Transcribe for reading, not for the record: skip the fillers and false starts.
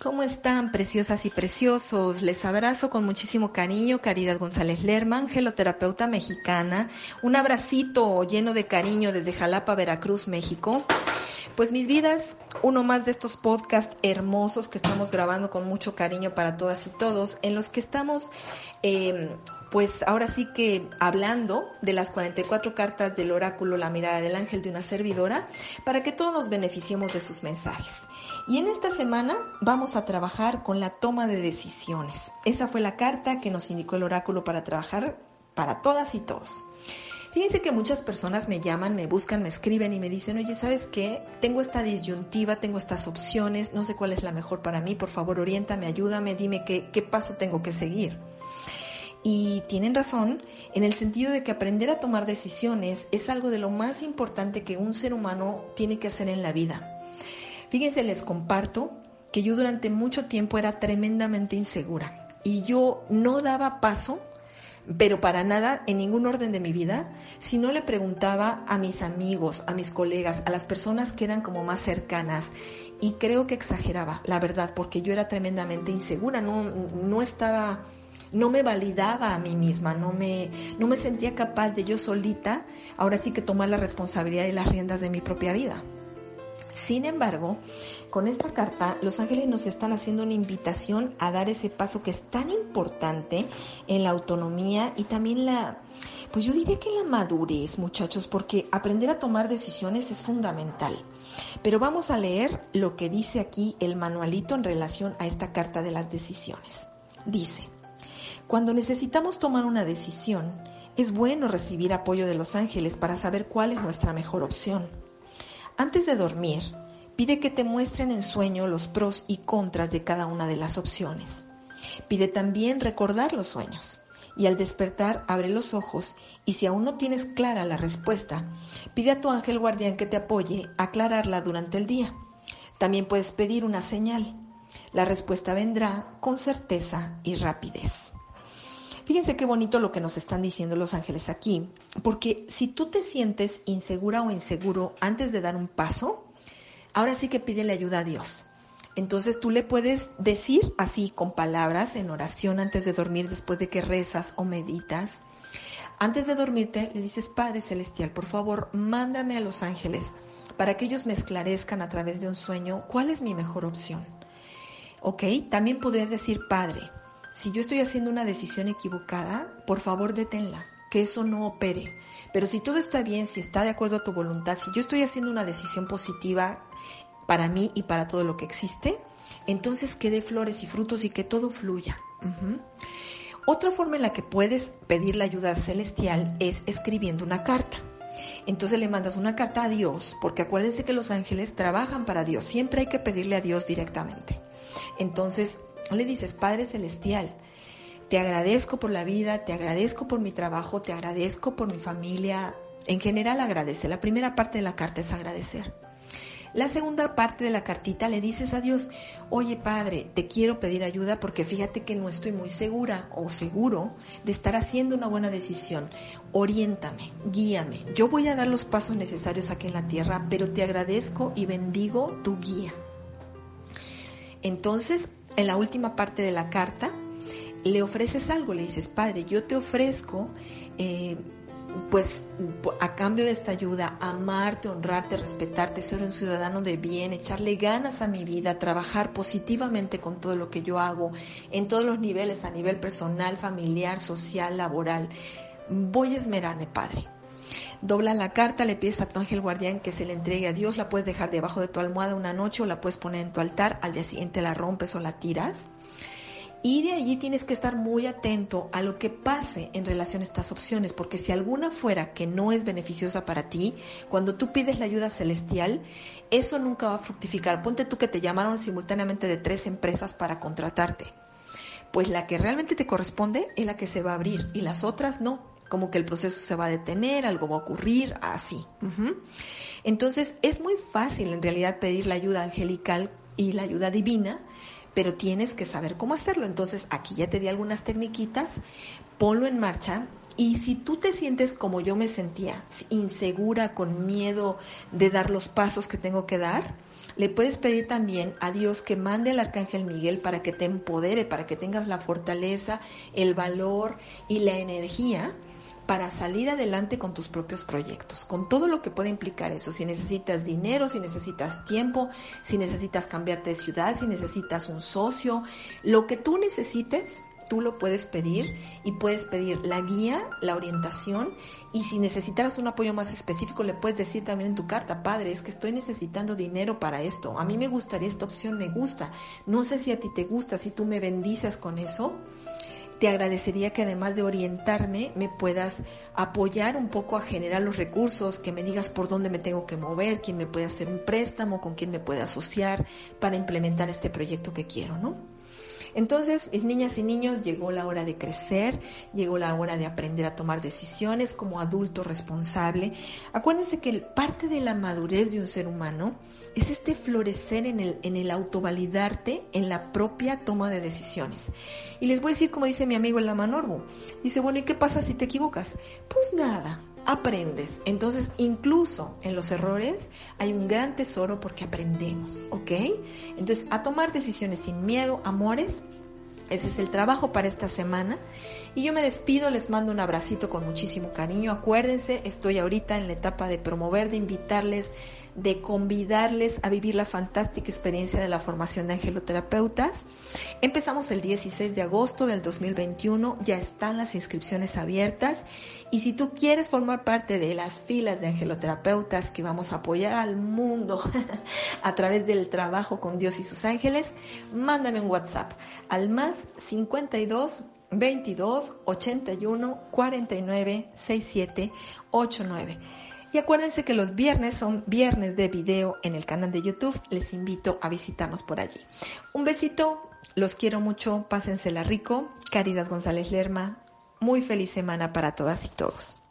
¿Cómo están, preciosas y preciosos? Les abrazo con muchísimo cariño, Caridad González Lerman, geloterapeuta mexicana. Un abracito lleno de cariño desde Jalapa, Veracruz, México. Pues mis vidas, uno más de estos podcasts hermosos que estamos grabando con mucho cariño para todas y todos, en los que estamos, pues ahora sí que hablando de las 44 cartas del oráculo La Mirada del Ángel de una Servidora, para que todos nos beneficiemos de sus mensajes. Y en esta semana vamos a trabajar con la toma de decisiones. Esa fue la carta que nos indicó el oráculo para trabajar para todas y todos. Fíjense que muchas personas me llaman, me buscan, me escriben y me dicen, oye, ¿sabes qué? Tengo esta disyuntiva, tengo estas opciones, no sé cuál es la mejor para mí, por favor, oriéntame, ayúdame, dime qué paso tengo que seguir. Y tienen razón en el sentido de que aprender a tomar decisiones es algo de lo más importante que un ser humano tiene que hacer en la vida. Fíjense, les comparto que yo durante mucho tiempo era tremendamente insegura y yo no daba paso, pero para nada, en ningún orden de mi vida, si no le preguntaba a mis amigos, a mis colegas, a las personas que eran como más cercanas. Y creo que exageraba, la verdad, porque yo era tremendamente insegura, no me validaba a mí misma, no me sentía capaz de yo solita, ahora sí que tomar la responsabilidad y las riendas de mi propia vida. Sin embargo, con esta carta, los ángeles nos están haciendo una invitación a dar ese paso que es tan importante en la autonomía y también pues yo diría que la madurez, muchachos, porque aprender a tomar decisiones es fundamental. Pero vamos a leer lo que dice aquí el manualito en relación a esta carta de las decisiones. Dice: cuando necesitamos tomar una decisión, es bueno recibir apoyo de los ángeles para saber cuál es nuestra mejor opción. Antes de dormir, pide que te muestren en sueño los pros y contras de cada una de las opciones. Pide también recordar los sueños. Y al despertar, abre los ojos y si aún no tienes clara la respuesta, pide a tu ángel guardián que te apoye a aclararla durante el día. También puedes pedir una señal. La respuesta vendrá con certeza y rapidez. Fíjense qué bonito lo que nos están diciendo los ángeles aquí, porque si tú te sientes insegura o inseguro antes de dar un paso, ahora sí que pídele ayuda a Dios. Entonces tú le puedes decir así con palabras en oración antes de dormir, después de que rezas o meditas. Antes de dormirte le dices: Padre Celestial, por favor, mándame a los ángeles para que ellos me esclarezcan a través de un sueño cuál es mi mejor opción. ¿Ok? También podrías decir: Padre, si yo estoy haciendo una decisión equivocada, por favor deténla, que eso no opere. Pero si todo está bien, si está de acuerdo a tu voluntad, si yo estoy haciendo una decisión positiva para mí y para todo lo que existe, entonces que dé flores y frutos y que todo fluya. Otra forma en la que puedes pedir la ayuda celestial es escribiendo una carta. Entonces le mandas una carta a Dios, porque acuérdense que los ángeles trabajan para Dios, siempre hay que pedirle a Dios directamente. Entonces le dices: Padre Celestial, te agradezco por la vida, te agradezco por mi trabajo, te agradezco por mi familia. En general agradece. La primera parte de la carta es agradecer. La segunda parte de la cartita le dices a Dios: oye Padre, te quiero pedir ayuda porque fíjate que no estoy muy segura o seguro de estar haciendo una buena decisión. Oriéntame, guíame. Yo voy a dar los pasos necesarios aquí en la tierra, pero te agradezco y bendigo tu guía. Entonces, en la última parte de la carta, le ofreces algo, le dices: Padre, yo te ofrezco, pues a cambio de esta ayuda, amarte, honrarte, respetarte, ser un ciudadano de bien, echarle ganas a mi vida, trabajar positivamente con todo lo que yo hago, en todos los niveles, a nivel personal, familiar, social, laboral. Voy a esmerarme, Padre. Dobla la carta, le pides a tu ángel guardián que se le entregue a Dios, la puedes dejar debajo de tu almohada una noche o la puedes poner en tu altar, al día siguiente la rompes o la tiras. Y de allí tienes que estar muy atento a lo que pase en relación a estas opciones, porque si alguna fuera que no es beneficiosa para ti, cuando tú pides la ayuda celestial, eso nunca va a fructificar. Ponte tú que te llamaron simultáneamente de 3 empresas para contratarte. Pues la que realmente te corresponde es la que se va a abrir y las otras no. Como que el proceso se va a detener, algo va a ocurrir, así. Entonces es muy fácil en realidad pedir la ayuda angelical y la ayuda divina, pero tienes que saber cómo hacerlo. Entonces aquí ya te di algunas tecniquitas, ponlo en marcha. Y si tú te sientes como yo me sentía, insegura, con miedo de dar los pasos que tengo que dar, Le puedes pedir también a Dios que mande al Arcángel Miguel para que te empodere, para que tengas la fortaleza, el valor y la energía para salir adelante con tus propios proyectos, con todo lo que puede implicar eso. Si necesitas dinero, si necesitas tiempo, si necesitas cambiarte de ciudad, si necesitas un socio, lo que tú necesites, tú lo puedes pedir y puedes pedir la guía, la orientación, y si necesitaras un apoyo más específico le puedes decir también en tu carta: Padre, es que estoy necesitando dinero para esto, a mí me gustaría esta opción, me gusta, no sé si a ti te gusta, si tú me bendices con eso. Te agradecería que además de orientarme, me puedas apoyar un poco a generar los recursos, que me digas por dónde me tengo que mover, quién me puede hacer un préstamo, con quién me puede asociar para implementar este proyecto que quiero, ¿no? Entonces, mis niñas y niños, llegó la hora de crecer, llegó la hora de aprender a tomar decisiones como adulto responsable. Acuérdense que parte de la madurez de un ser humano es este florecer en el autovalidarte en la propia toma de decisiones. Y les voy a decir, como dice mi amigo el Lama Norbu, dice, bueno, ¿y qué pasa si te equivocas? Pues nada, aprendes. Entonces, incluso en los errores hay un gran tesoro porque aprendemos, ¿ok? Entonces, a tomar decisiones sin miedo, amores. Ese es el trabajo para esta semana. Y yo me despido, les mando un abracito con muchísimo cariño. Acuérdense, estoy ahorita en la etapa de promover, de invitarles, de convidarles a vivir la fantástica experiencia de la formación de angeloterapeutas. Empezamos el 16 de agosto del 2021, ya están las inscripciones abiertas, y si tú quieres formar parte de las filas de angeloterapeutas que vamos a apoyar al mundo a través del trabajo con Dios y sus ángeles, mándame un WhatsApp al más 52 22 81 49 67 89. Y acuérdense que los viernes son viernes de video en el canal de YouTube. Les invito a visitarnos por allí. Un besito, los quiero mucho, pásensela rico. Caridad González Lerma, muy feliz semana para todas y todos.